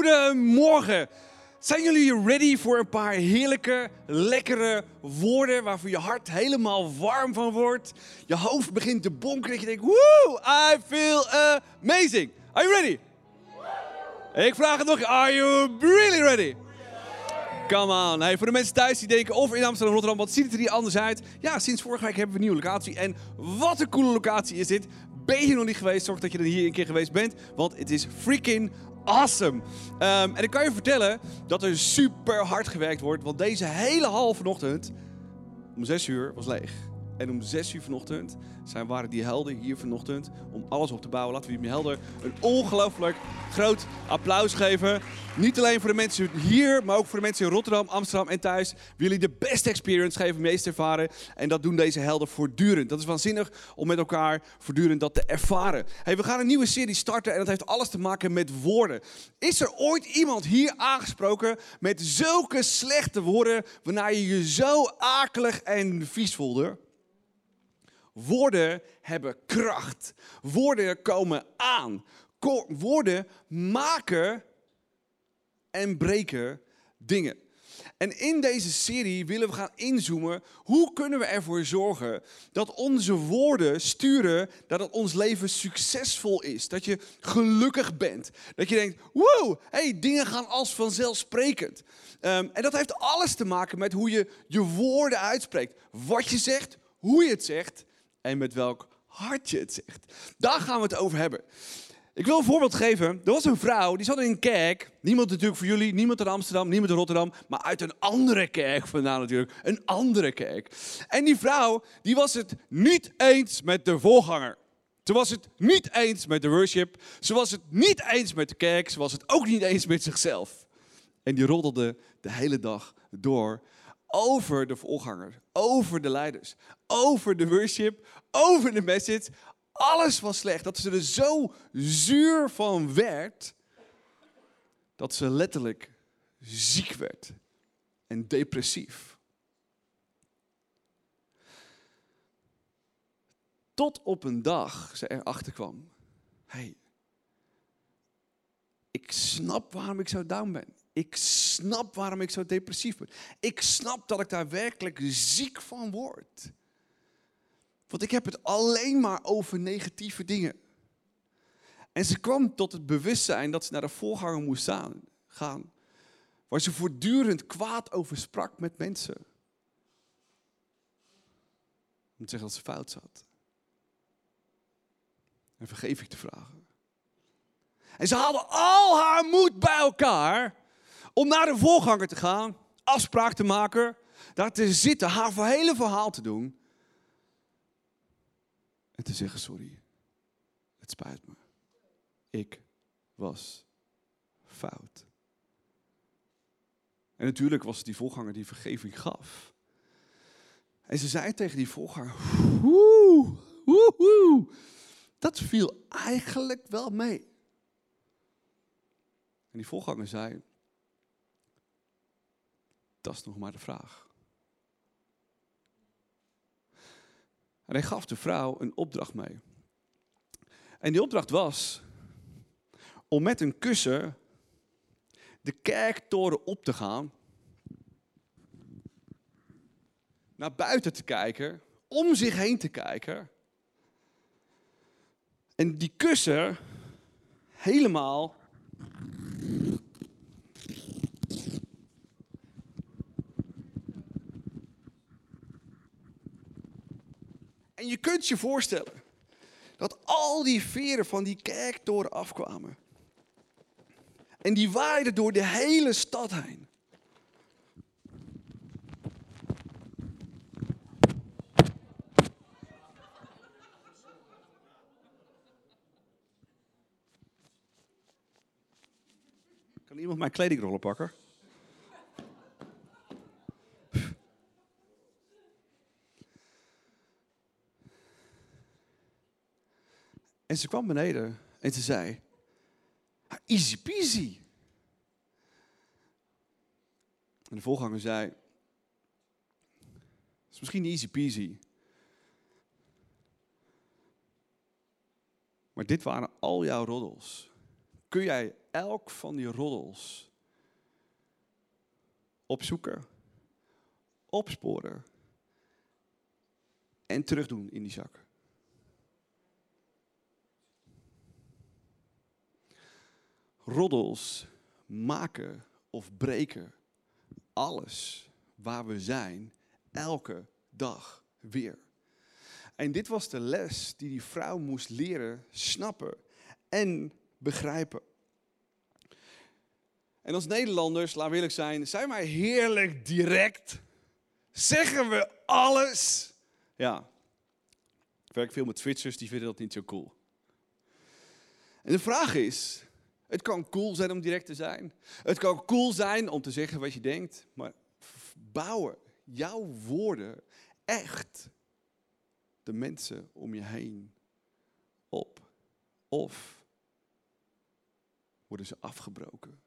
Goedemorgen. Zijn jullie ready voor een paar heerlijke, lekkere woorden waarvoor je hart helemaal warm van wordt? Je hoofd begint te bonkeren dat je denkt, woo, I feel amazing. Are you ready? Ik vraag het nog, are you really ready? Come on. Hey, voor de mensen thuis die denken, of in Amsterdam, Rotterdam, wat ziet het er hier anders uit? Ja, sinds vorige week hebben we een nieuwe locatie. En wat een coole locatie is dit. Ben je hier nog niet geweest? Zorg dat je er hier een keer geweest bent, want het is freaking awesome. En ik kan je vertellen dat er super hard gewerkt wordt, want deze hele hal vanochtend om 6 uur was leeg. En om 6 uur vanochtend waren die helden hier vanochtend om alles op te bouwen. Laten we die helden een ongelooflijk groot applaus geven. Niet alleen voor de mensen hier, maar ook voor de mensen in Rotterdam, Amsterdam en thuis. Willen jullie de beste experience geven, meest ervaren. En dat doen deze helden voortdurend. Dat is waanzinnig om met elkaar voortdurend dat te ervaren. Hey, we gaan een nieuwe serie starten en dat heeft alles te maken met woorden. Is er ooit iemand hier aangesproken met zulke slechte woorden, waarna je je zo akelig en vies voelde? Woorden hebben kracht. Woorden komen aan. Woorden maken en breken dingen. En in deze serie willen we gaan inzoomen. Hoe kunnen we ervoor zorgen dat onze woorden sturen dat het ons leven succesvol is. Dat je gelukkig bent. Dat je denkt, wow, hey, dingen gaan als vanzelfsprekend. En dat heeft alles te maken met hoe je je woorden uitspreekt. Wat je zegt, hoe je het zegt. En met welk hart je het zegt. Daar gaan we het over hebben. Ik wil een voorbeeld geven. Er was een vrouw, die zat in een kerk. Niemand natuurlijk voor jullie, niemand in Amsterdam, niemand in Rotterdam. Maar uit een andere kerk vandaan natuurlijk. Een andere kerk. En die vrouw, die was het niet eens met de voorganger. Ze was het niet eens met de worship. Ze was het niet eens met de kerk. Ze was het ook niet eens met zichzelf. En die roddelde de hele dag door over de voorganger, over de leiders, over de worship, over de message. Alles was slecht. Dat ze er zo zuur van werd, dat ze letterlijk ziek werd en depressief. Tot op een dag ze erachter kwam. Hey, ik snap waarom ik zo down ben. Ik snap waarom ik zo depressief ben. Ik snap dat ik daar werkelijk ziek van word. Want ik heb het alleen maar over negatieve dingen. En ze kwam tot het bewustzijn dat ze naar de voorganger moest gaan. Waar ze voortdurend kwaad over sprak met mensen. Om te zeggen dat ze fout zat. En vergeving te vragen. En ze haalde al haar moed bij elkaar om naar de voorganger te gaan, afspraak te maken, daar te zitten, haar hele verhaal te doen. En te zeggen, sorry, het spijt me. Ik was fout. En natuurlijk was het die voorganger die vergeving gaf. En ze zei tegen die voorganger, dat viel eigenlijk wel mee. En die voorganger zei, dat is nog maar de vraag. En hij gaf de vrouw een opdracht mee. En die opdracht was om met een kussen de kerktoren op te gaan, naar buiten te kijken, om zich heen te kijken. En die kussen helemaal en je kunt je voorstellen dat al die veren van die kerktoren afkwamen. En die waaiden door de hele stad heen. Kan iemand mijn kledingrollen pakken? En ze kwam beneden en ze zei, easy peasy. En de voorganger zei, het is misschien niet easy peasy. Maar dit waren al jouw roddels. kun jij elk van die roddels opzoeken, opsporen en terugdoen in die zak. Roddels maken of breken alles waar we zijn, elke dag weer. En dit was de les die vrouw moest leren, snappen en begrijpen. En als Nederlanders, laten we eerlijk zijn wij heerlijk direct. Zeggen we alles. Ja, ik werk veel met Zwitsers, die vinden dat niet zo cool. En de vraag is, het kan cool zijn om direct te zijn. Het kan cool zijn om te zeggen wat je denkt. Maar bouwen jouw woorden echt de mensen om je heen op? Of worden ze afgebroken?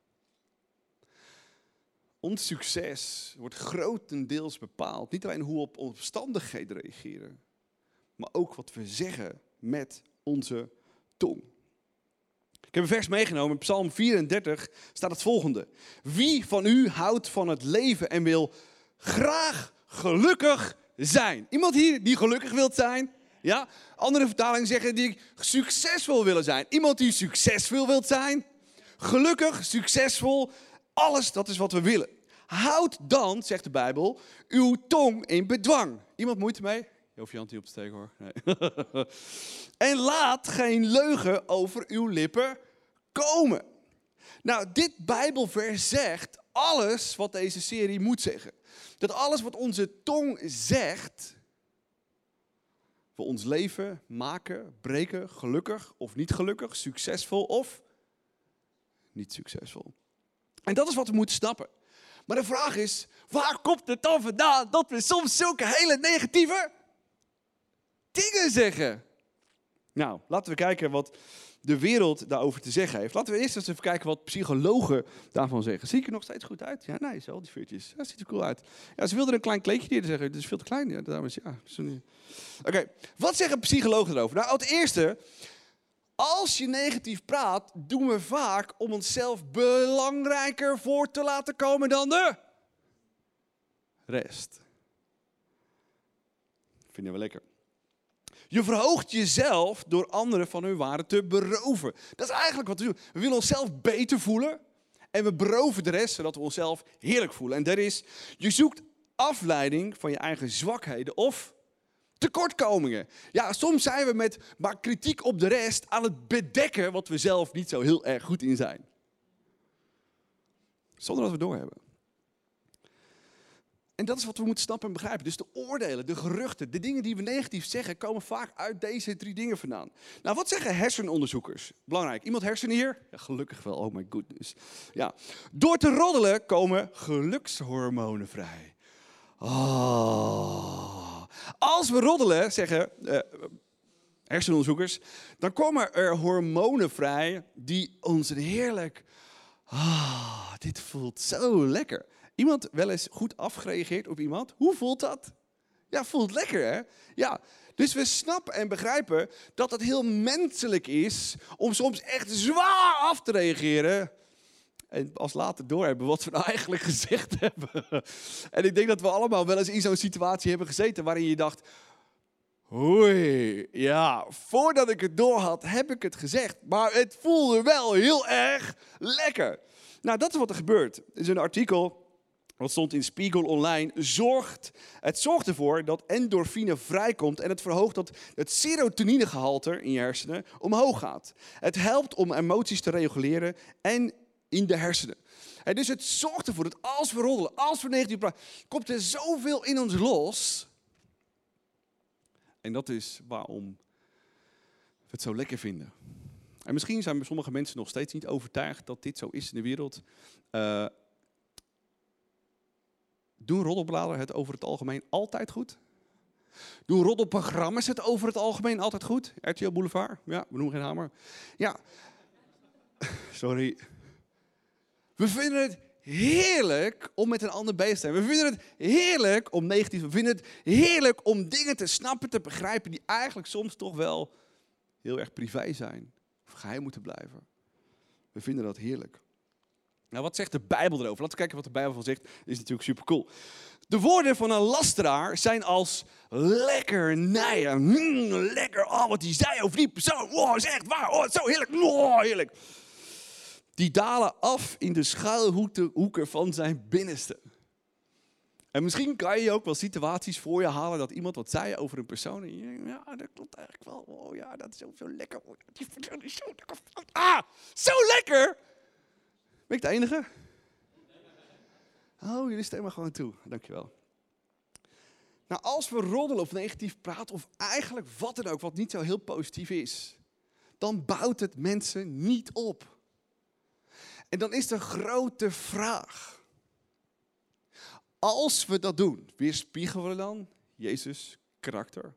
Ons succes wordt grotendeels bepaald. Niet alleen hoe we op omstandigheden reageren. Maar ook wat we zeggen met onze tong. Ik heb een vers meegenomen. In Psalm 34 staat het volgende. Wie van u houdt van het leven en wil graag gelukkig zijn? Iemand hier die gelukkig wilt zijn? Ja? Andere vertalingen zeggen die succesvol willen zijn. Iemand die succesvol wilt zijn? Gelukkig, succesvol, alles, dat is wat we willen. Houd dan, zegt de Bijbel, uw tong in bedwang. Iemand moeite mee? Je hoeft je hand niet op te steken hoor. Nee. En laat geen leugen over uw lippen komen. Nou, dit Bijbelvers zegt alles wat deze serie moet zeggen. Dat alles wat onze tong zegt, we ons leven maken, breken, gelukkig of niet gelukkig, succesvol of niet succesvol. En dat is wat we moeten snappen. Maar de vraag is, waar komt het dan vandaan dat we soms zulke hele negatieve dingen zeggen? Nou, laten we kijken wat de wereld daarover te zeggen heeft. Laten we eerst eens even kijken wat psychologen daarvan zeggen. Zie ik er nog steeds goed uit? Ja, nee, zo, die veertjes. Dat ziet er cool uit. Ja, ze wilden een klein kleedje neer zeggen. Het is veel te klein. Ja, dames, ja. Oké, wat zeggen psychologen erover? Nou, het eerste, als je negatief praat, doen we vaak om onszelf belangrijker voor te laten komen dan de rest. Vinden we lekker. Je verhoogt jezelf door anderen van hun waarde te beroven. Dat is eigenlijk wat we doen. We willen onszelf beter voelen en we beroven de rest zodat we onszelf heerlijk voelen. En dat is, je zoekt afleiding van je eigen zwakheden of tekortkomingen. Ja, soms zijn we met maar kritiek op de rest aan het bedekken wat we zelf niet zo heel erg goed in zijn. Zonder dat we doorhebben. En dat is wat we moeten snappen en begrijpen. Dus de oordelen, de geruchten, de dingen die we negatief zeggen, komen vaak uit deze 3 dingen vandaan. Nou, wat zeggen hersenonderzoekers? Belangrijk. Iemand hersenen hier? Ja, gelukkig wel. Oh my goodness. Ja. Door te roddelen komen gelukshormonen vrij. Oh. Als we roddelen, zeggen hersenonderzoekers, dan komen er hormonen vrij die ons een heerlijk... dit voelt zo lekker. Iemand wel eens goed afgereageerd op iemand? Hoe voelt dat? Ja, voelt lekker hè? Ja, dus we snappen en begrijpen dat het heel menselijk is om soms echt zwaar af te reageren. En pas later doorhebben wat we nou eigenlijk gezegd hebben. En ik denk dat we allemaal wel eens in zo'n situatie hebben gezeten waarin je dacht... Oei, ja, voordat ik het door had, heb ik het gezegd. Maar het voelde wel heel erg lekker. Nou, dat is wat er gebeurt. Er is een artikel, wat stond in Spiegel Online, het zorgt ervoor dat endorfine vrijkomt en het verhoogt dat het serotoninegehalte in je hersenen omhoog gaat. Het helpt om emoties te reguleren en in de hersenen. En dus het zorgt ervoor dat als we roddelen, als we negatief praten, komt er zoveel in ons los. En dat is waarom we het zo lekker vinden. En misschien zijn sommige mensen nog steeds niet overtuigd dat dit zo is in de wereld. Doen roddelbladen het over het algemeen altijd goed? Doen roddelprogramma's het over het algemeen altijd goed? RTL Boulevard? Ja, we noemen geen hamer. Ja, sorry. We vinden het heerlijk om met een ander bezig te zijn. We vinden het heerlijk om negatief. We vinden het heerlijk om dingen te snappen, te begrijpen die eigenlijk soms toch wel heel erg privé zijn. Of geheim moeten blijven. We vinden dat heerlijk. Nou, wat zegt de Bijbel erover? Laten we kijken wat de Bijbel van zegt. Dat is natuurlijk super cool. De woorden van een lasteraar zijn als lekkernijen. Lekker, oh, wat die zei over die persoon. Oh, is echt waar. Oh, zo heerlijk. Oh, heerlijk. Die dalen af in de schuilhoeken van zijn binnenste. En misschien kan je ook wel situaties voor je halen dat iemand wat zei over een persoon. En je denkt, ja, dat klopt eigenlijk wel. Oh ja, dat is ook zo lekker. Oh, die persoon is zo lekker. Ah, zo lekker. Ben ik de enige? Oh, jullie stemmen gewoon toe. Dankjewel. Nou, als we roddelen of negatief praten, of eigenlijk wat dan ook, wat niet zo heel positief is, dan bouwt het mensen niet op. En dan is de grote vraag. Als we dat doen, weerspiegelen we dan Jezus' karakter?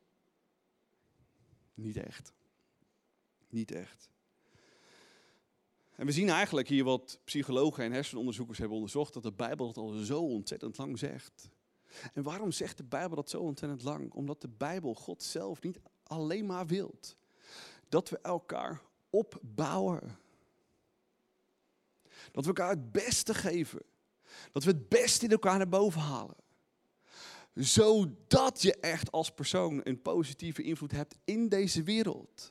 Niet echt. Niet echt. En we zien eigenlijk hier wat psychologen en hersenonderzoekers hebben onderzocht, dat de Bijbel het al zo ontzettend lang zegt. En waarom zegt de Bijbel dat zo ontzettend lang? Omdat de Bijbel God zelf niet alleen maar wilt. Dat we elkaar opbouwen. Dat we elkaar het beste geven. Dat we het beste in elkaar naar boven halen. Zodat je echt als persoon een positieve invloed hebt in deze wereld.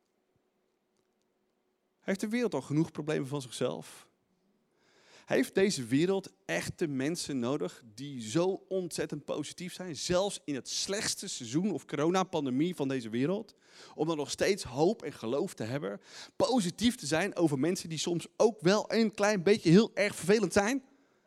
Heeft de wereld al genoeg problemen van zichzelf? Heeft deze wereld echte mensen nodig die zo ontzettend positief zijn? Zelfs in het slechtste seizoen of coronapandemie van deze wereld. Om dan nog steeds hoop en geloof te hebben. Positief te zijn over mensen die soms ook wel een klein beetje heel erg vervelend zijn.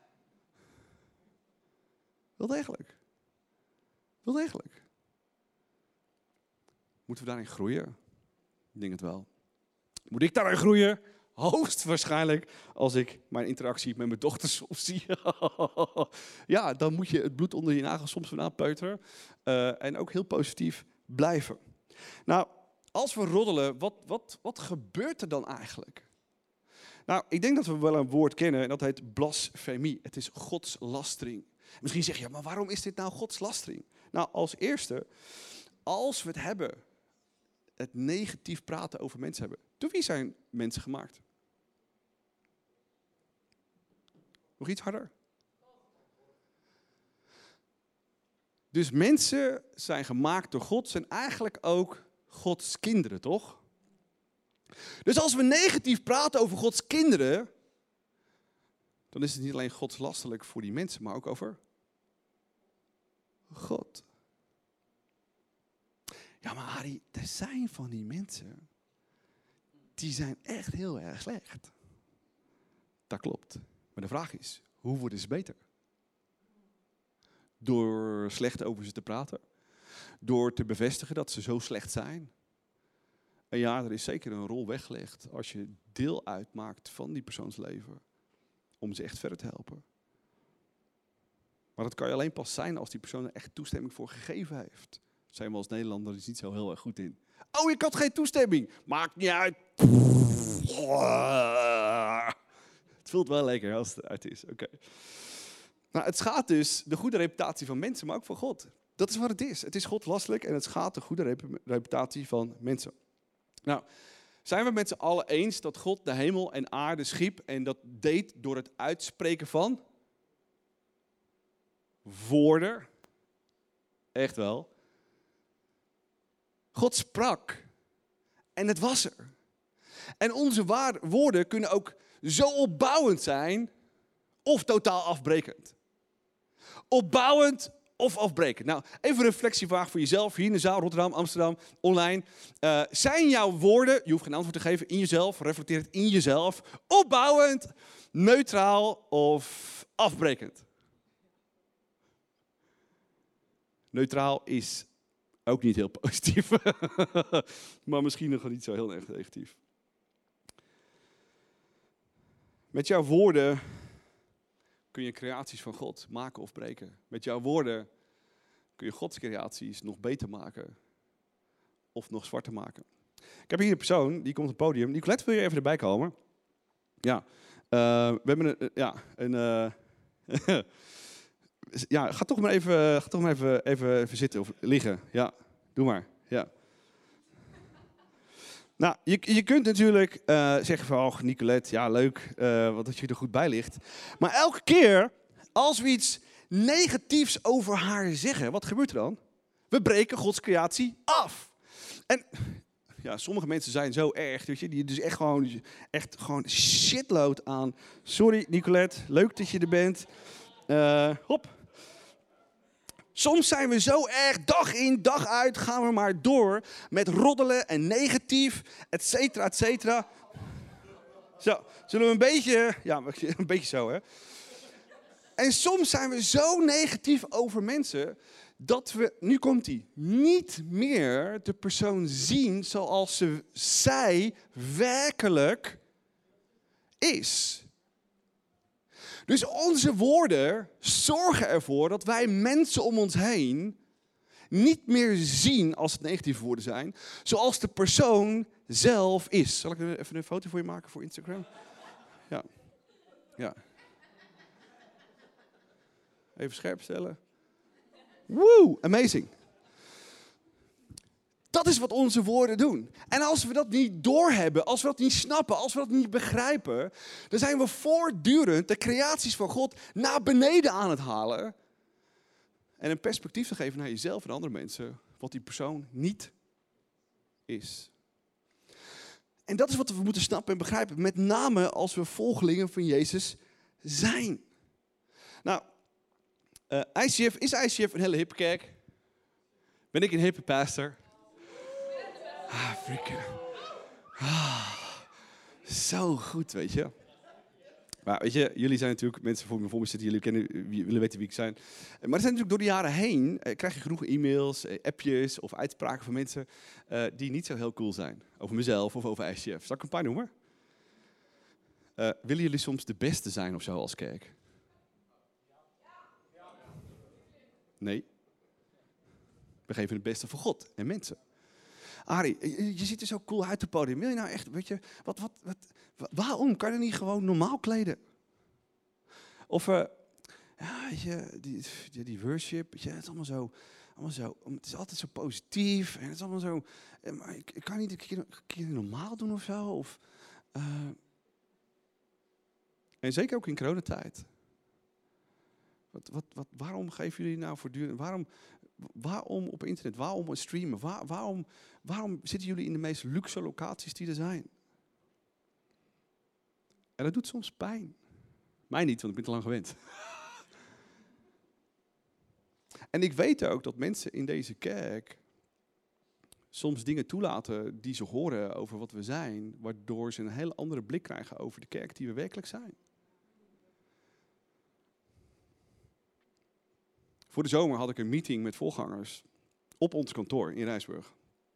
Wel degelijk. Wel degelijk. Moeten we daarin groeien? Ik denk het wel. Moet ik daarin groeien? Hoogstwaarschijnlijk als ik mijn interactie met mijn dochters soms zie. Ja, dan moet je het bloed onder je nagels soms vandaan peuteren. En ook heel positief blijven. Nou, als we roddelen, wat gebeurt er dan eigenlijk? Nou, ik denk dat we wel een woord kennen en dat heet blasfemie. Het is godslastering. Misschien zeg je, maar waarom is dit nou godslastering? Nou, als eerste, als we het hebben, het negatief praten over mensen hebben. Door wie zijn mensen gemaakt? Nog iets harder. Dus mensen zijn gemaakt door God, zijn eigenlijk ook Gods kinderen, toch? Dus als we negatief praten over Gods kinderen, dan is het niet alleen godslastelijk voor die mensen, maar ook over God. Ja, maar Harry, er zijn van die mensen, die zijn echt heel erg slecht. Dat klopt. Maar de vraag is, hoe worden ze beter? Door slecht over ze te praten? Door te bevestigen dat ze zo slecht zijn? En ja, er is zeker een rol weggelegd als je deel uitmaakt van die persoons leven. Om ze echt verder te helpen. Maar dat kan je alleen pas zijn als die persoon er echt toestemming voor gegeven heeft. Daar zijn we als Nederlander niet zo heel erg goed in. Oh, ik had geen toestemming. Maakt niet uit. Het voelt wel lekker als het uit is. Oké. Nou, het schaadt dus de goede reputatie van mensen, maar ook van God. Dat is wat het is. Het is godlastelijk en het schaadt de goede reputatie van mensen. Nou, zijn we met z'n allen eens dat God de hemel en aarde schiep en dat deed door het uitspreken van woorden? Echt wel. God sprak en het was er. En onze woorden kunnen ook zo opbouwend zijn of totaal afbrekend. Opbouwend of afbrekend. Nou, even een reflectievraag voor jezelf. Hier in de zaal, Rotterdam, Amsterdam, online. Zijn jouw woorden, je hoeft geen antwoord te geven, in jezelf, reflecteer het in jezelf, opbouwend, neutraal of afbrekend? Neutraal is ook niet heel positief. Maar misschien nog niet zo heel erg negatief. Met jouw woorden kun je creaties van God maken of breken. Met jouw woorden kun je Gods creaties nog beter maken. Of nog zwarter maken. Ik heb hier een persoon, die komt op het podium. Nicolette, wil je even erbij komen? Ja, we hebben ja, ga toch maar even zitten of liggen. Ja, doe maar. Ja. Nou, je kunt natuurlijk zeggen van, oh Nicolette, ja leuk, wat dat je er goed bij ligt. Maar elke keer als we iets negatiefs over haar zeggen, wat gebeurt er dan? We breken Gods creatie af. En ja, sommige mensen zijn zo erg, weet je, die dus echt gewoon shitload aan. Sorry Nicolette, leuk dat je er bent. Hop. Soms zijn we zo erg, dag in, dag uit, gaan we maar door met roddelen en negatief, et cetera, et cetera. Zo, zullen we een beetje, ja, een beetje zo, hè. En soms zijn we zo negatief over mensen dat we, nu komt ie, niet meer de persoon zien zoals zij werkelijk is. Dus onze woorden zorgen ervoor dat wij mensen om ons heen niet meer zien als het negatieve woorden zijn, zoals de persoon zelf is. Zal ik even een foto voor je maken voor Instagram? Ja. Ja. Even scherp stellen. Woo, amazing. Dat is wat onze woorden doen. En als we dat niet doorhebben, als we dat niet snappen, als we dat niet begrijpen, dan zijn we voortdurend de creaties van God naar beneden aan het halen. En een perspectief te geven naar jezelf en andere mensen, wat die persoon niet is. En dat is wat we moeten snappen en begrijpen, met name als we volgelingen van Jezus zijn. Nou, ICF, is ICF een hele hippe kerk? Ben ik een hippe pastor? Freaking. Zo goed, weet je. Maar weet je, jullie zijn natuurlijk, mensen voor me zitten, jullie weten wie ik zijn. Maar er zijn natuurlijk door de jaren heen, krijg je genoeg e-mails, appjes of uitspraken van mensen die niet zo heel cool zijn. Over mezelf of over ICF. Zal ik een paar noemen? Willen jullie soms de beste zijn of zo als kerk? Nee. We geven het beste voor God en mensen. Arie, je ziet er zo cool uit op het podium. Wil je nou echt, weet je, waarom kan je niet gewoon normaal kleden? Of, ja, weet je, die worship, weet je, het is allemaal zo, het is altijd zo positief. En het is allemaal zo, maar ik kan niet een keer normaal doen of zo. Of, en zeker ook in coronatijd. Waarom geven jullie nou voortdurend, waarom op internet, waarom streamen, waarom zitten jullie in de meest luxe locaties die er zijn? En dat doet soms pijn. Mij niet, want ik ben te lang gewend. En ik weet ook dat mensen in deze kerk soms dingen toelaten die ze horen over wat we zijn, waardoor ze een hele andere blik krijgen over de kerk die we werkelijk zijn. Voor de zomer had ik een meeting met voorgangers op ons kantoor in Rijsburg.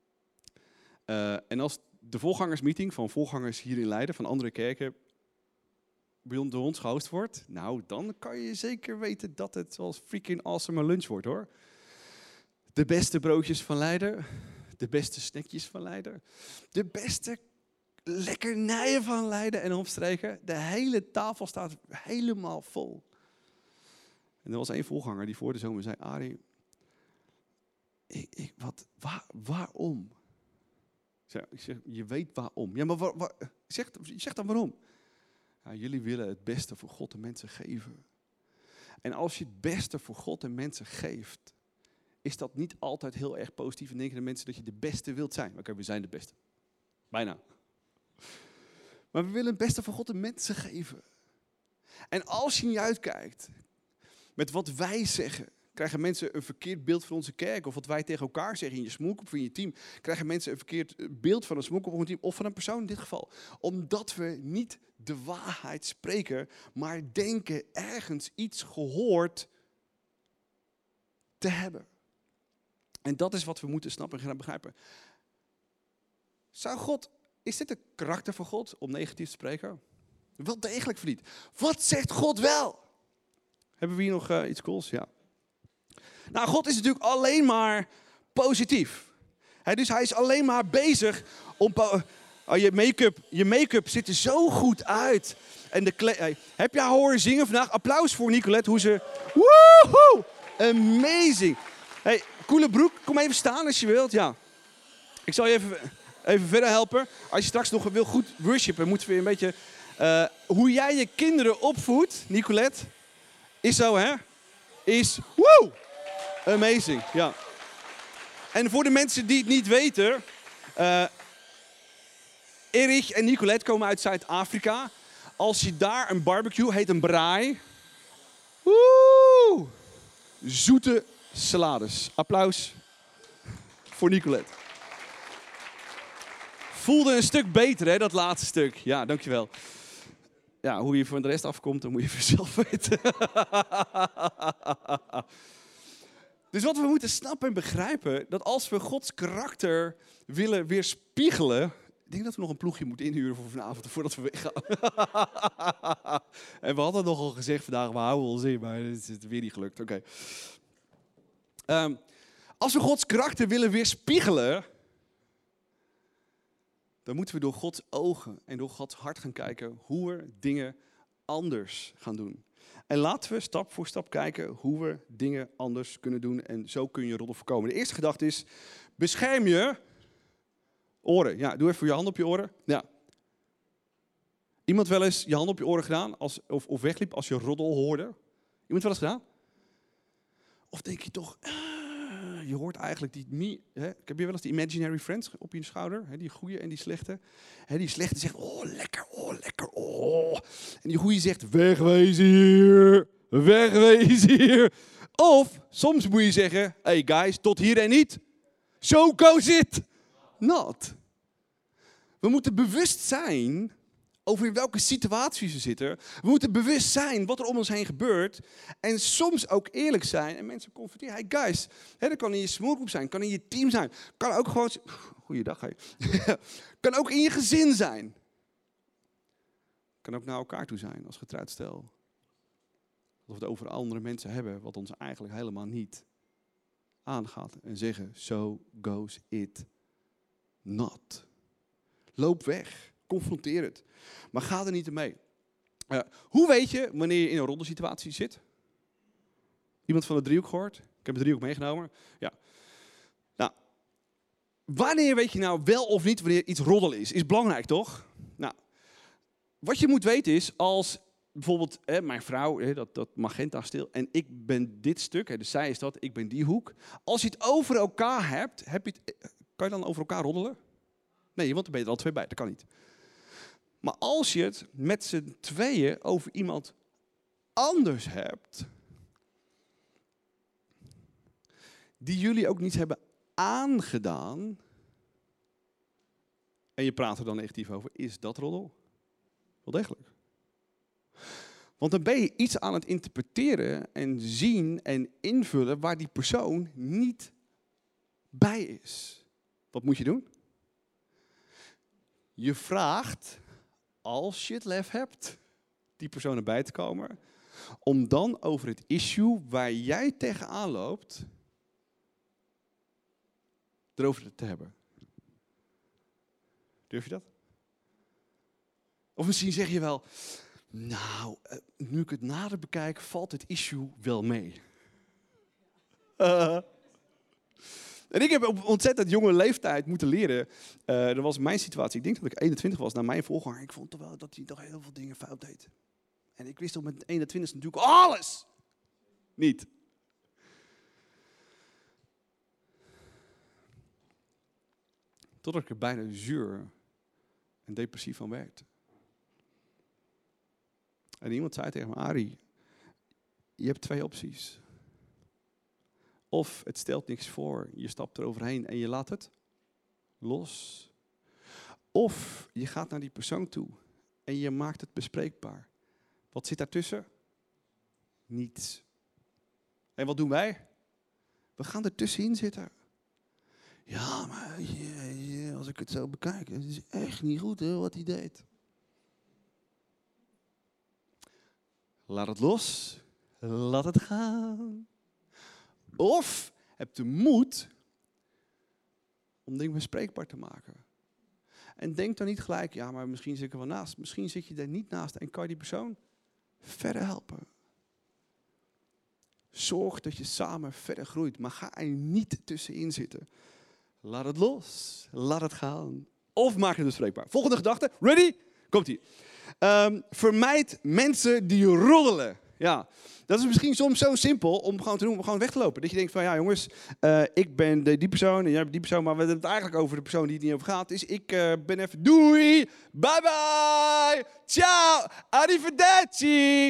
En als de voorgangersmeeting van voorgangers hier in Leiden, van andere kerken, door ons gehost wordt, nou, dan kan je zeker weten dat het zoals freaking awesome lunch wordt, hoor. De beste broodjes van Leiden, de beste snackjes van Leiden, de beste lekkernijen van Leiden en omstreken. De hele tafel staat helemaal vol. En er was één voorganger die voor de zomer zei, Arie, waarom? Ik zeg, je weet waarom. Ja, maar zeg dan waarom. Ja, jullie willen het beste voor God en mensen geven. En als je het beste voor God en mensen geeft, is dat niet altijd heel erg positief. En denken de mensen dat je de beste wilt zijn. Oké, we zijn de beste. Bijna. Maar we willen het beste voor God en mensen geven. En als je niet uitkijkt met wat wij zeggen, krijgen mensen een verkeerd beeld van onze kerk. Of wat wij tegen elkaar zeggen in je smoelgroep of in je team. Krijgen mensen een verkeerd beeld van een smoelgroep of een team. Of van een persoon in dit geval. Omdat we niet de waarheid spreken, maar denken ergens iets gehoord te hebben. En dat is wat we moeten snappen en gaan begrijpen. Is dit een karakter van God om negatief te spreken? Wel degelijk verdiend. Wat zegt God wel? Hebben we hier nog iets cools? Ja. Nou, God is natuurlijk alleen maar positief. Dus hij is alleen maar bezig om... je make-up ziet er zo goed uit. En heb je haar horen zingen vandaag? Applaus voor Nicolette, hoe ze... Woehoe! Amazing. Hey, coole broek, kom even staan als je wilt. Ja. Ik zal je even... even verder helpen. Als je straks nog wil goed worshipen, moeten we weer een beetje... hoe jij je kinderen opvoedt, Nicolette, is zo, hè? Is, woe! Amazing, ja. En voor de mensen die het niet weten... Erich en Nicolette komen uit Zuid-Afrika. Als je daar een barbecue, heet een braai. Woe! Zoete salades. Applaus voor Nicolette. Voelde een stuk beter, hè, dat laatste stuk. Ja, dankjewel. Ja, hoe je van de rest afkomt, dan moet je zelf weten. Dus wat we moeten snappen en begrijpen, dat als we Gods karakter willen weerspiegelen... Ik denk dat we nog een ploegje moeten inhuren voor vanavond, voordat we weggaan. En we hadden nogal gezegd vandaag, we houden ons in, maar het is weer niet gelukt. Oké. Als we Gods karakter willen weerspiegelen, dan moeten we door Gods ogen en door Gods hart gaan kijken hoe we dingen anders gaan doen. En laten we stap voor stap kijken hoe we dingen anders kunnen doen. En zo kun je roddel voorkomen. De eerste gedachte is, bescherm je oren. Ja, doe even je hand op je oren. Ja. Iemand wel eens je hand op je oren gedaan of wegliep als je roddel hoorde? Iemand wel eens gedaan? Of denk je toch, je hoort eigenlijk die... Heb je wel eens die imaginary friends op je schouder? Hè, die goeie en die slechte. Hè, die slechte zegt, oh lekker, oh lekker, oh. En die goeie zegt, wegwezen hier, wegwezen hier. Of soms moet je zeggen, hey guys, tot hier en niet. So goes it not. We moeten bewust zijn over in welke situaties we zitten. We moeten bewust zijn wat er om ons heen gebeurt. En soms ook eerlijk zijn en mensen confronteren. Hey guys, dat kan in je smallgroep zijn, kan in je team zijn. Kan ook gewoon... Goeiedag, hey. Kan ook in je gezin zijn. Kan ook naar elkaar toe zijn als getrouwd stel. Dat we het over andere mensen hebben wat ons eigenlijk helemaal niet aangaat. En zeggen, so goes it not. Loop weg. Confronteer het. Maar ga er niet mee. Hoe weet je wanneer je in een roddelsituatie zit? Iemand van de driehoek gehoord? Ik heb de driehoek meegenomen. Ja. Nou, wanneer weet je nou wel of niet wanneer iets roddel is? Is belangrijk, toch? Nou, wat je moet weten is, als bijvoorbeeld mijn vrouw, dat magenta stil, en ik ben dit stuk, dus zij is dat, ik ben die hoek. Als je het over elkaar hebt, kan je dan over elkaar roddelen? Nee, want dan ben je er al twee bij, dat kan niet. Maar als je het met z'n tweeën over iemand anders hebt, die jullie ook niet hebben aangedaan, en je praat er dan negatief over, is dat roddel? Wel degelijk. Want dan ben je iets aan het interpreteren en zien en invullen waar die persoon niet bij is. Wat moet je doen? Je vraagt, als je het lef hebt, die persoon erbij te komen, om dan over het issue waar jij tegenaan loopt, erover te hebben. Durf je dat? Of misschien zeg je wel, nou, nu ik het nader bekijk, valt het issue wel mee. En ik heb op ontzettend jonge leeftijd moeten leren. Dat was mijn situatie. Ik denk dat ik 21 was, naar mijn voorganger. Ik vond toch wel dat hij toch heel veel dingen fout deed. En ik wist ook met 21 natuurlijk alles niet. Totdat ik er bijna zuur en depressief van werd. En iemand zei tegen me, Arie, je hebt twee opties. Of het stelt niks voor, je stapt eroverheen en je laat het los. Of je gaat naar die persoon toe en je maakt het bespreekbaar. Wat zit daartussen? Niets. En wat doen wij? We gaan er tussenin zitten. Ja, maar als ik het zo bekijk, het is echt niet goed wat hij deed. Laat het los. Laat het gaan. Of heb de moed om dingen bespreekbaar te maken. En denk dan niet gelijk, ja, maar misschien zit ik er wel naast. Misschien zit je er niet naast en kan je die persoon verder helpen. Zorg dat je samen verder groeit, maar ga er niet tussenin zitten. Laat het los, laat het gaan. of maak het bespreekbaar. Volgende gedachte. Ready? Komt-ie. Vermijd mensen die roddelen. Ja, dat is misschien soms zo simpel om gewoon te doen, om gewoon weg te lopen. Dat je denkt van, ja jongens, ik ben die persoon en jij bent die persoon, maar we hebben het eigenlijk over de persoon die het niet over gaat. Dus ik ben even, doei, bye bye, ciao, arrivederci.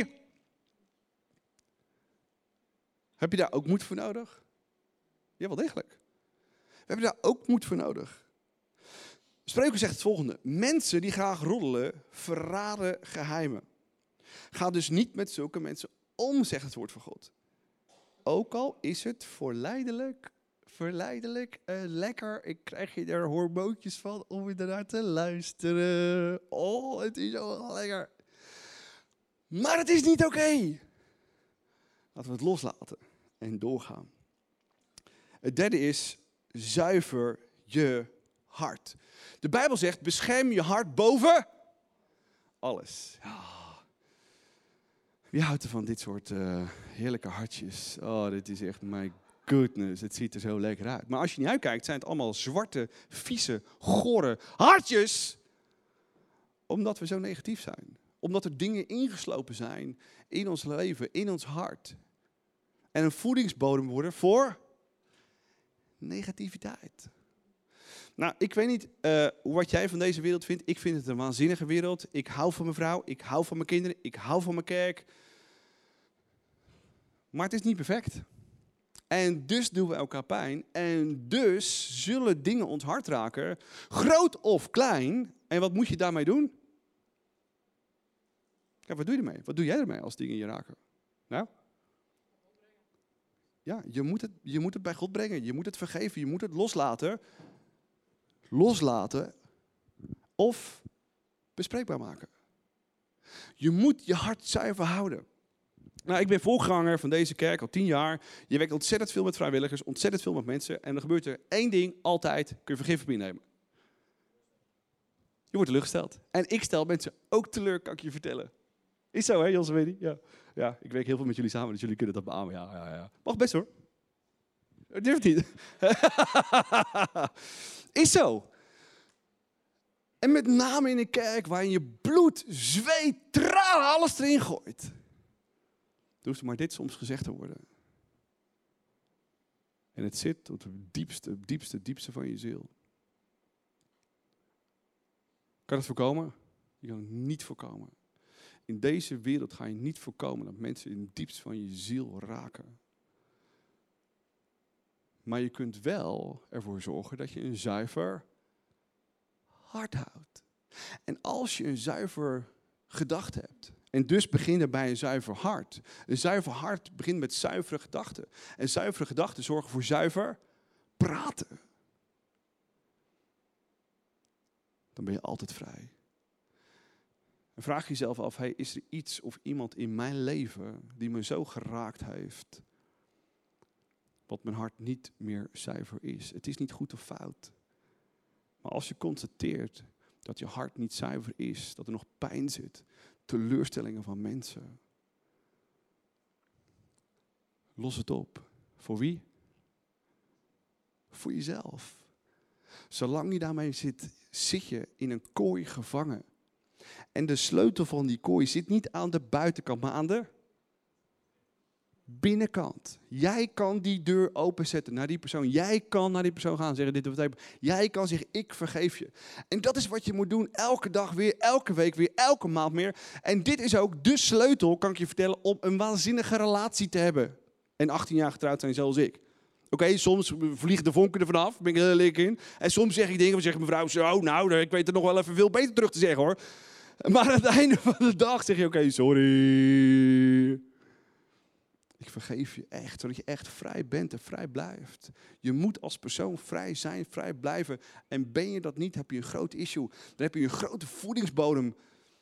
Heb je daar ook moed voor nodig? Ja, wel degelijk. We hebben daar ook moed voor nodig. Spreuken zegt het volgende. Mensen die graag roddelen, verraden geheimen. Ga dus niet met zulke mensen om, zegt het woord van God. Ook al is het verleidelijk, lekker. Ik krijg je er hormoontjes van om ernaar te luisteren. Oh, het is zo lekker. Maar het is niet oké. Laten we het loslaten en doorgaan. Het derde is, zuiver je hart. De Bijbel zegt, bescherm je hart boven alles. Ja. Wie houdt er van dit soort heerlijke hartjes? Oh, dit is echt, my goodness, het ziet er zo lekker uit. Maar als je niet uitkijkt, zijn het allemaal zwarte, vieze, gore hartjes. Omdat we zo negatief zijn. Omdat er dingen ingeslopen zijn in ons leven, in ons hart. En een voedingsbodem worden voor negativiteit. Nou, ik weet niet wat jij van deze wereld vindt. Ik vind het een waanzinnige wereld. Ik hou van mijn vrouw, ik hou van mijn kinderen, ik hou van mijn kerk. Maar het is niet perfect. En dus doen we elkaar pijn. En dus zullen dingen ons hart raken, groot of klein. En wat moet je daarmee doen? Ja, wat doe je ermee? Wat doe jij ermee als dingen je raken? Nou? Ja, je moet het bij God brengen. Je moet het vergeven. Je moet het loslaten. Loslaten of bespreekbaar maken. Je moet je hart zuiver houden. Nou, ik ben voorganger van deze kerk al 10 jaar. Je werkt ontzettend veel met vrijwilligers, ontzettend veel met mensen. En er gebeurt er één ding altijd, kun je vergif op innemen. Je wordt teleurgesteld. En ik stel mensen ook teleur, kan ik je vertellen. Is zo, hè, Jos Wedi? Ja. Ja, ik werk heel veel met jullie samen, dus jullie kunnen dat beamen. Ja. Mag best hoor. Durft niet. Is zo. En met name in een kerk waarin je bloed, zweet, tranen, alles erin gooit. Er hoeft maar dit soms gezegd te worden. En het zit tot het diepste van je ziel. Kan het voorkomen? Je kan het niet voorkomen. In deze wereld ga je niet voorkomen dat mensen in het diepst van je ziel raken. Maar je kunt wel ervoor zorgen dat je een zuiver hart houdt. En als je een zuiver gedachte hebt, en dus beginnen bij een zuiver hart. Een zuiver hart begint met zuivere gedachten. En zuivere gedachten zorgen voor zuiver praten. Dan ben je altijd vrij. En vraag jezelf af, hey, is er iets of iemand in mijn leven die me zo geraakt heeft, wat mijn hart niet meer zuiver is? Het is niet goed of fout. Maar als je constateert dat je hart niet zuiver is, dat er nog pijn zit, teleurstellingen van mensen, los het op. Voor wie? Voor jezelf. Zolang je daarmee zit, zit je in een kooi gevangen. En de sleutel van die kooi zit niet aan de buitenkant, maar aan de binnenkant. Jij kan die deur openzetten naar die persoon. Jij kan naar die persoon gaan en zeggen dit of dat. Jij kan zeggen, ik vergeef je. En dat is wat je moet doen, elke dag weer, elke week weer, elke maand meer. En dit is ook de sleutel, kan ik je vertellen, om een waanzinnige relatie te hebben. En 18 jaar getrouwd zijn zoals ik. Oké, soms vliegen de vonken er vanaf, ben ik heel eerlijk in. En soms zeg ik dingen, dan zegt mevrouw, zo, nou, ik weet het nog wel even veel beter terug te zeggen hoor. Maar aan het einde van de dag zeg je, oké, sorry. Ik vergeef je echt, zodat je echt vrij bent en vrij blijft. Je moet als persoon vrij zijn, vrij blijven. En ben je dat niet, heb je een groot issue. Dan heb je een grote voedingsbodem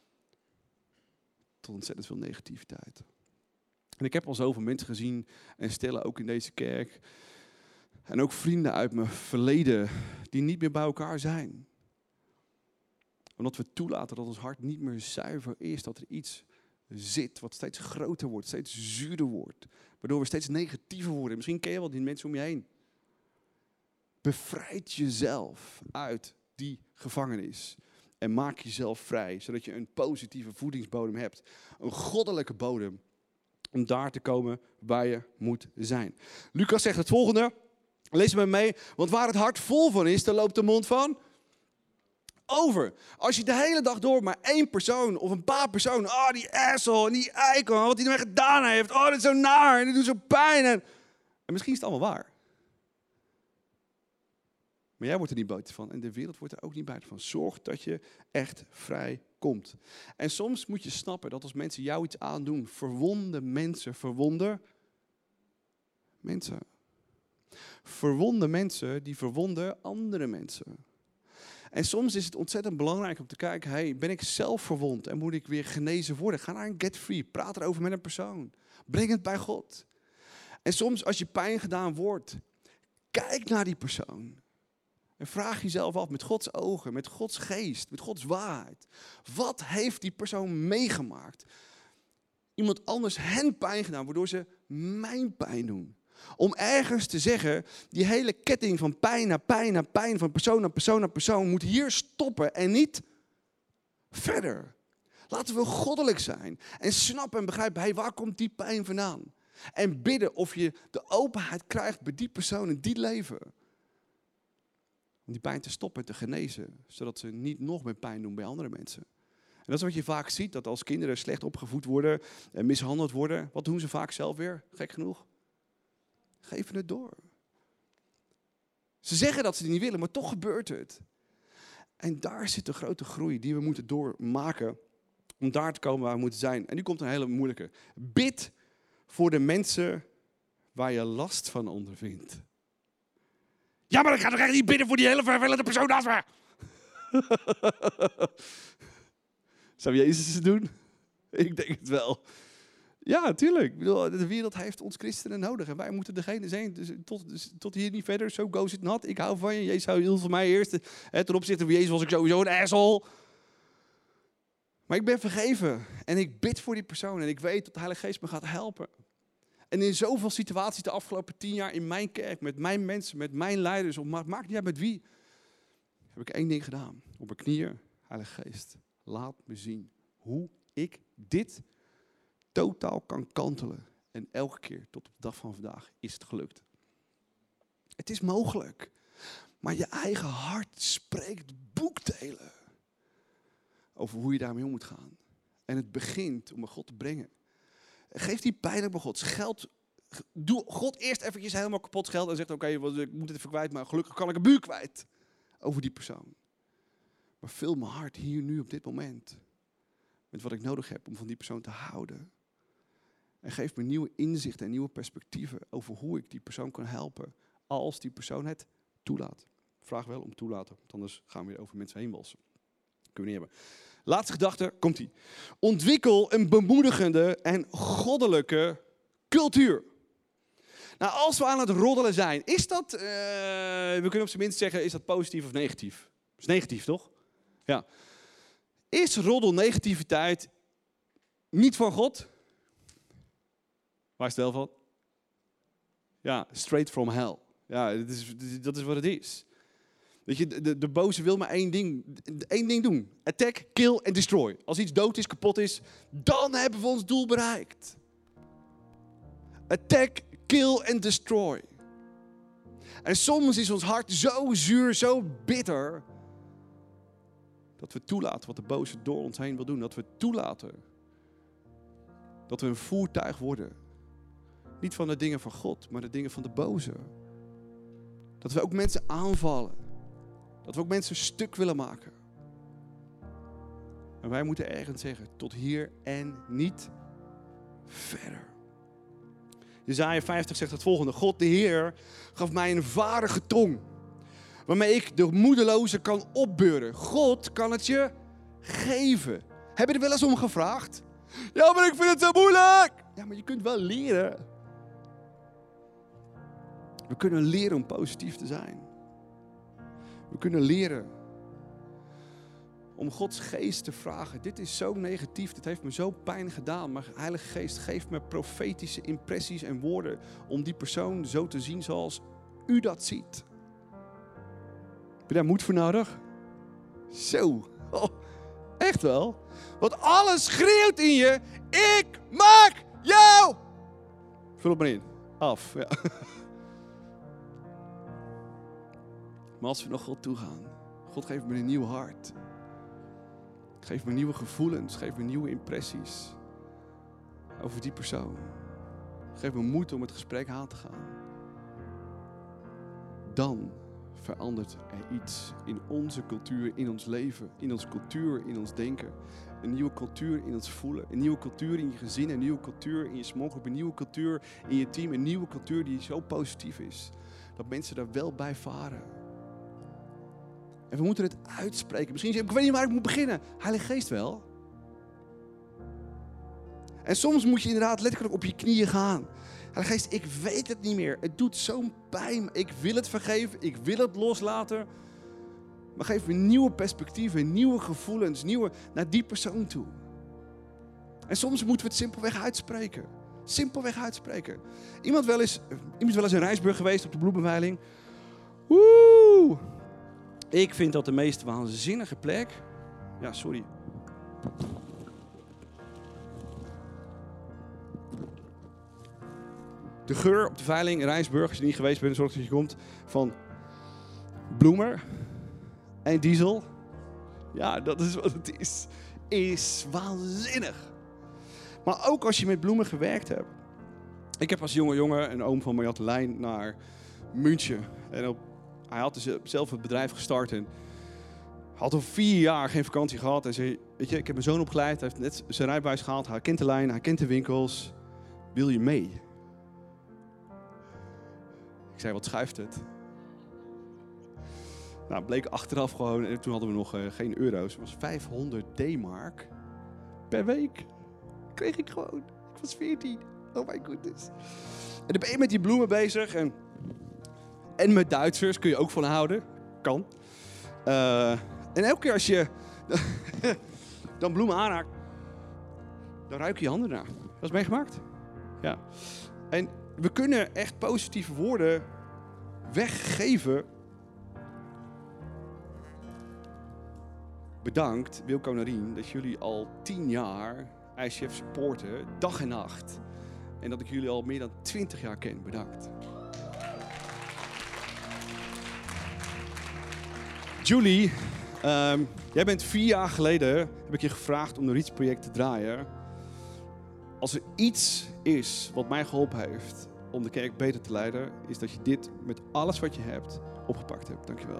tot ontzettend veel negativiteit. En ik heb al zoveel mensen gezien en stellen ook in deze kerk. En ook vrienden uit mijn verleden die niet meer bij elkaar zijn. Omdat we toelaten dat ons hart niet meer zuiver is, dat er iets zit wat steeds groter wordt, steeds zuurder wordt. Waardoor we steeds negatiever worden. Misschien ken je wel die mensen om je heen. Bevrijd jezelf uit die gevangenis. En maak jezelf vrij, zodat je een positieve voedingsbodem hebt. Een goddelijke bodem. Om daar te komen waar je moet zijn. Lucas zegt het volgende. Lees maar mee. Want waar het hart vol van is, daar loopt de mond van over. Als je de hele dag door maar één persoon of een paar personen. Oh, die asshole en die eikel. Wat hij nou gedaan heeft. Oh, dat is zo naar en dat doet zo pijn. En misschien is het allemaal waar. Maar jij wordt er niet buiten van. En de wereld wordt er ook niet buiten van. Zorg dat je echt vrij komt. En soms moet je snappen dat als mensen jou iets aandoen. Verwonde mensen verwonden mensen. Verwonde mensen die verwonden andere mensen. En soms is het ontzettend belangrijk om te kijken. Hey, ben ik zelf verwond en moet ik weer genezen worden? Ga naar een Get Free. Praat erover met een persoon. Breng het bij God. En soms als je pijn gedaan wordt. Kijk naar die persoon. En vraag jezelf af met Gods ogen, met Gods geest, met Gods waarheid. Wat heeft die persoon meegemaakt? Iemand anders hen pijn gedaan, waardoor ze mijn pijn doen. Om ergens te zeggen, die hele ketting van pijn naar pijn naar pijn, van persoon naar persoon naar persoon, moet hier stoppen en niet verder. Laten we goddelijk zijn en snappen en begrijpen, hey, waar komt die pijn vandaan? En bidden of je de openheid krijgt bij die persoon in die leven. Om die pijn te stoppen en te genezen. Zodat ze niet nog meer pijn doen bij andere mensen. En dat is wat je vaak ziet. Dat als kinderen slecht opgevoed worden. En mishandeld worden. Wat doen ze vaak zelf weer? Gek genoeg. Geven het door. Ze zeggen dat ze het niet willen. Maar toch gebeurt het. En daar zit de grote groei die we moeten doormaken. Om daar te komen waar we moeten zijn. En nu komt een hele moeilijke. Bid voor de mensen waar je last van ondervindt. Ja, maar ik ga toch echt niet bidden voor die hele vervelende persoon naast me. Zou Jezus het doen? Ik denk het wel. Ja, natuurlijk. Ik bedoel, de wereld heeft ons christenen nodig. En wij moeten degene zijn. Dus tot hier niet verder. So goes it not. Ik hou van je. Jezus houdt van mij eerst. Ten opzichte van Jezus was ik sowieso een asshole. Maar ik ben vergeven. En ik bid voor die persoon. En ik weet dat de Heilige Geest me gaat helpen. En in zoveel situaties de afgelopen 10 jaar in mijn kerk, met mijn mensen, met mijn leiders, of maakt niet uit met wie, heb ik 1 ding gedaan. Op mijn knieën, Heilige Geest, laat me zien hoe ik dit totaal kan kantelen. En elke keer tot op de dag van vandaag is het gelukt. Het is mogelijk. Maar je eigen hart spreekt boekdelen over hoe je daarmee om moet gaan. En het begint om bij God te brengen. Geef die pijn ook bij God. Geld, doe God eerst eventjes helemaal kapot geld en zegt oké, ik moet het even kwijt, maar gelukkig kan ik een buur kwijt over die persoon. Maar vul mijn hart hier nu op dit moment met wat ik nodig heb om van die persoon te houden. En geef me nieuwe inzichten en nieuwe perspectieven over hoe ik die persoon kan helpen als die persoon het toelaat. Vraag wel om toelaten, want anders gaan we weer over mensen heen walsen. Dat kunnen we niet hebben. Laatste gedachte, komt-ie. Ontwikkel een bemoedigende en goddelijke cultuur. Nou, als we aan het roddelen zijn, is dat, we kunnen op zijn minst zeggen, is dat positief of negatief? Dat is negatief, toch? Ja. Is roddel, negativiteit niet van God? Waar is het wel van? Ja, straight from hell. Ja, dat is wat het is. Weet je, de boze wil maar één ding doen. Attack, kill en destroy. Als iets dood is, kapot is, dan hebben we ons doel bereikt. Attack, kill en destroy. En soms is ons hart zo zuur, zo bitter, dat we toelaten wat de boze door ons heen wil doen. Dat we toelaten dat we een voertuig worden. Niet van de dingen van God, maar de dingen van de boze. Dat we ook mensen aanvallen. Dat we ook mensen stuk willen maken. En wij moeten ergens zeggen, tot hier en niet verder. Jesaja 50 zegt het volgende. God de Heer gaf mij een vaardige tong, waarmee ik de moedeloze kan opbeuren. God kan het je geven. Heb je er wel eens om gevraagd? Ja, maar ik vind het zo moeilijk. Ja, maar je kunt wel leren. We kunnen leren om positief te zijn. We kunnen leren om Gods geest te vragen. Dit is zo negatief, dit heeft me zo pijn gedaan. Maar Heilige Geest, geef me profetische impressies en woorden om die persoon zo te zien zoals u dat ziet. Heb je daar moed voor nodig? Zo. Oh, echt wel. Want alles schreeuwt in je. Ik maak jou. Vul het maar in. Af. Ja. Maar als we naar God toe gaan. God geeft me een nieuw hart. Geef me nieuwe gevoelens. Geef me nieuwe impressies. Over die persoon. Geef me moed om het gesprek aan te gaan. Dan verandert er iets in onze cultuur, in ons leven, in onze cultuur, in ons denken. Een nieuwe cultuur in ons voelen. Een nieuwe cultuur in je gezin, een nieuwe cultuur in je smallgroep, een nieuwe cultuur in je team. Een nieuwe cultuur die zo positief is. Dat mensen daar wel bij varen. En we moeten het uitspreken. Misschien zeg je, ik weet niet waar ik moet beginnen. Heilige Geest wel. En soms moet je inderdaad letterlijk op je knieën gaan. Heilige Geest, ik weet het niet meer. Het doet zo'n pijn. Ik wil het vergeven. Ik wil het loslaten. Maar geef me nieuwe perspectieven, nieuwe gevoelens, naar die persoon toe. En soms moeten we het simpelweg uitspreken. Simpelweg uitspreken. Iemand wel eens in Rijsburg geweest op de bloemenveiling. Woe! Ik vind dat de meest waanzinnige plek. Ja, sorry. De geur op de veiling in Rijsburg, als je niet geweest bent, zorg dat je komt van bloemen en diesel. Ja, dat is wat het is. Is waanzinnig. Maar ook als je met bloemen gewerkt hebt. Ik heb als jonge jongen een oom van mij had de lijn naar München. En hij had dus zelf het bedrijf gestart en had al 4 jaar geen vakantie gehad. En zei, weet je, ik heb mijn zoon opgeleid, hij heeft net zijn rijbewijs gehaald. Hij kent de lijn, hij kent de winkels. Wil je mee? Ik zei, wat schuift het? Nou, bleek achteraf gewoon, en toen hadden we nog geen euro's. Het was 500 D-mark per week. Kreeg ik gewoon. Ik was 14. Oh my goodness. En dan ben je met die bloemen bezig. En met Duitsers kun je ook van houden. Kan. En elke keer als je dan bloemen aanraakt, dan ruik je handen naar. Dat is meegemaakt? Ja. En we kunnen echt positieve woorden weggeven. Bedankt, Wilco en Narien, dat jullie al 10 jaar ICF supporten, dag en nacht. En dat ik jullie al meer dan 20 jaar ken. Bedankt. Julie, jij bent 4 jaar geleden, heb ik je gevraagd om een Reach-project te draaien. Als er iets is wat mij geholpen heeft om de kerk beter te leiden, is dat je dit met alles wat je hebt opgepakt hebt. Dankjewel.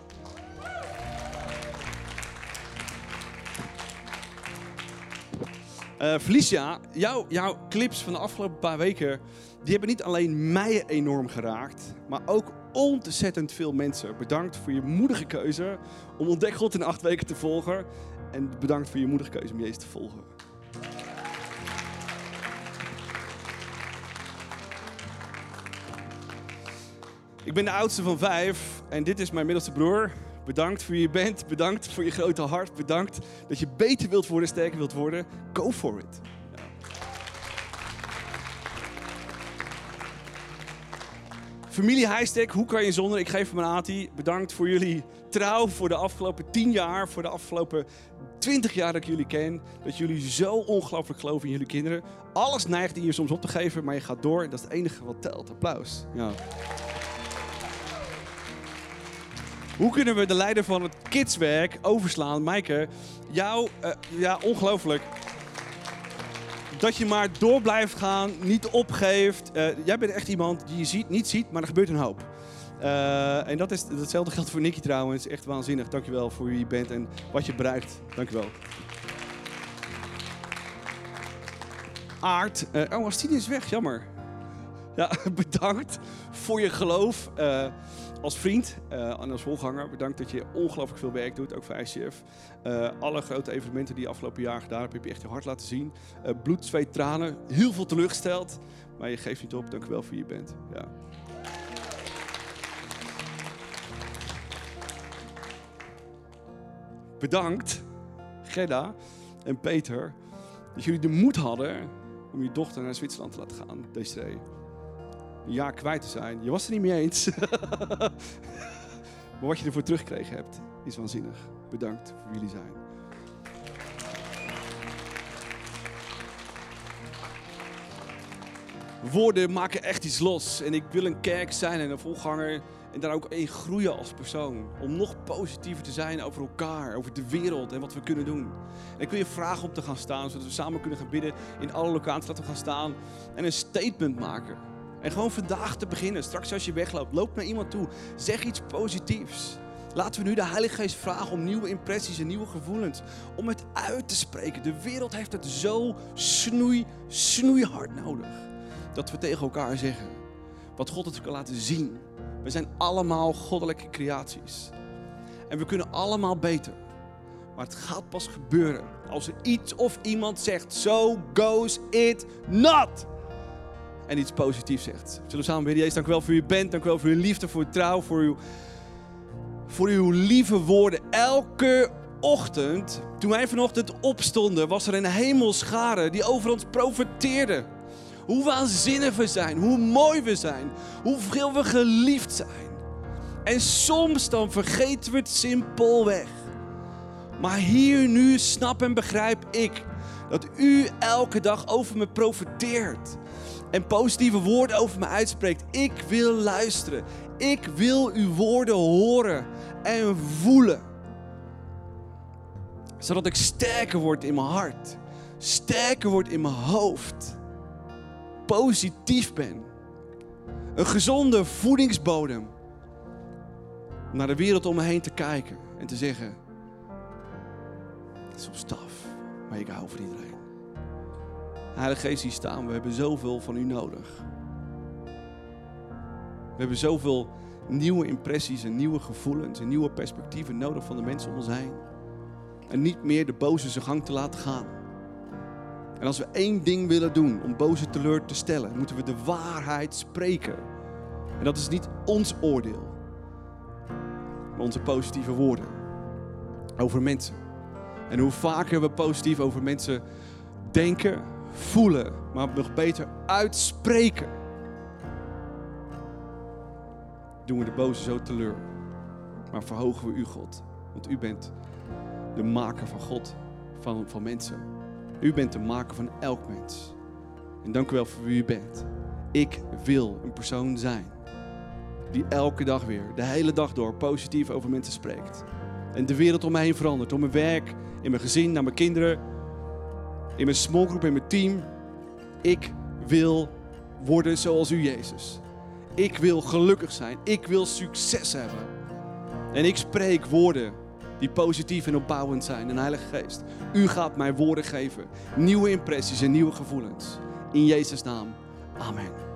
Felicia, jouw clips van de afgelopen paar weken, die hebben niet alleen mij enorm geraakt, maar ook ontzettend veel mensen. Bedankt voor je moedige keuze om Ontdek God in 8 weken te volgen. En bedankt voor je moedige keuze om Jezus te volgen. Ik ben de oudste van 5 en dit is mijn middelste broer. Bedankt voor wie je bent. Bedankt voor je grote hart. Bedankt dat je beter wilt worden, sterker wilt worden. Go for it. Ja. Familie Heijstek, hoe kan je zonder? Ik geef hem een Ati. Bedankt voor jullie trouw voor de afgelopen 10 jaar. Voor de afgelopen 20 jaar dat ik jullie ken. Dat jullie zo ongelooflijk geloven in jullie kinderen. Alles neigt hier soms op te geven, maar je gaat door. Dat is het enige wat telt. Applaus. Ja. Hoe kunnen we de leider van het kidswerk overslaan? Maaike, ongelooflijk. Dat je maar door blijft gaan, niet opgeeft. Jij bent echt iemand die je niet ziet, maar er gebeurt een hoop. En datzelfde geldt voor Nicky trouwens. Echt waanzinnig. Dankjewel voor wie je bent en wat je bereikt. Dankjewel. Aart. Astine is weg, jammer. Ja, bedankt voor je geloof. Als vriend en als volganger, bedankt dat je ongelooflijk veel werk doet, ook voor ICF. Alle grote evenementen die je afgelopen jaar gedaan hebt, heb je echt je hart laten zien. Bloed, zweet, tranen, heel veel teleurgesteld, maar je geeft niet op. Dank u wel voor wie je bent. Ja. Bedankt, Gerda en Peter, dat jullie de moed hadden om je dochter naar Zwitserland te laten gaan, Desiree. Een jaar kwijt te zijn. Je was het er niet mee eens. Maar wat je ervoor teruggekregen hebt, is waanzinnig. Bedankt voor jullie zijn. Woorden maken echt iets los. En ik wil een kerk zijn en een volganger en daar ook in groeien als persoon. Om nog positiever te zijn over elkaar, over de wereld en wat we kunnen doen. En ik wil je vragen om te gaan staan, zodat we samen kunnen gaan bidden in alle locaties. Laten we gaan staan en een statement maken. En gewoon vandaag te beginnen. Straks als je wegloopt, loop naar iemand toe. Zeg iets positiefs. Laten we nu de Heilige Geest vragen om nieuwe impressies en nieuwe gevoelens. Om het uit te spreken. De wereld heeft het zo snoeihard nodig. Dat we tegen elkaar zeggen wat God het kan laten zien. We zijn allemaal goddelijke creaties. En we kunnen allemaal beter. Maar het gaat pas gebeuren als er iets of iemand zegt, so goes it not. En iets positiefs zegt. Zullen we samen bidden? Jezus, dank u wel voor u bent. Dank u wel voor uw liefde, voor uw trouw, voor uw lieve woorden. Elke ochtend, toen wij vanochtend opstonden, was er een hemelschare die over ons profeteerde. Hoe waanzinnig we zijn, hoe mooi we zijn, hoeveel we geliefd zijn. En soms dan vergeten we het simpelweg. Maar hier nu snap en begrijp ik dat u elke dag over me profeteert. En positieve woorden over me uitspreekt. Ik wil luisteren. Ik wil uw woorden horen en voelen. Zodat ik sterker word in mijn hart. Sterker word in mijn hoofd. Positief ben. Een gezonde voedingsbodem. Om naar de wereld om me heen te kijken. En te zeggen. Het is soms taf. Maar ik hou van iedereen. Heilige Geest, hier staan. We hebben zoveel van u nodig. We hebben zoveel nieuwe impressies en nieuwe gevoelens en nieuwe perspectieven nodig van de mensen om ons heen. En niet meer de boze zijn gang te laten gaan. En als we één ding willen doen om boze teleur te stellen, moeten we de waarheid spreken. En dat is niet ons oordeel, maar onze positieve woorden over mensen. En hoe vaker we positief over mensen denken, voelen, maar nog beter uitspreken, doen we de boze zo teleur. Maar verhogen we u, God. Want u bent de maker van God, van mensen. U bent de maker van elk mens. En dank u wel voor wie u bent. Ik wil een persoon zijn die elke dag weer, de hele dag door, positief over mensen spreekt. En de wereld om me heen verandert. Om mijn werk, in mijn gezin, naar mijn kinderen, in mijn smallgroep, in mijn team. Ik wil worden zoals u, Jezus. Ik wil gelukkig zijn. Ik wil succes hebben. En ik spreek woorden die positief en opbouwend zijn. En Heilige Geest, u gaat mij woorden geven. Nieuwe impressies en nieuwe gevoelens. In Jezus' naam. Amen.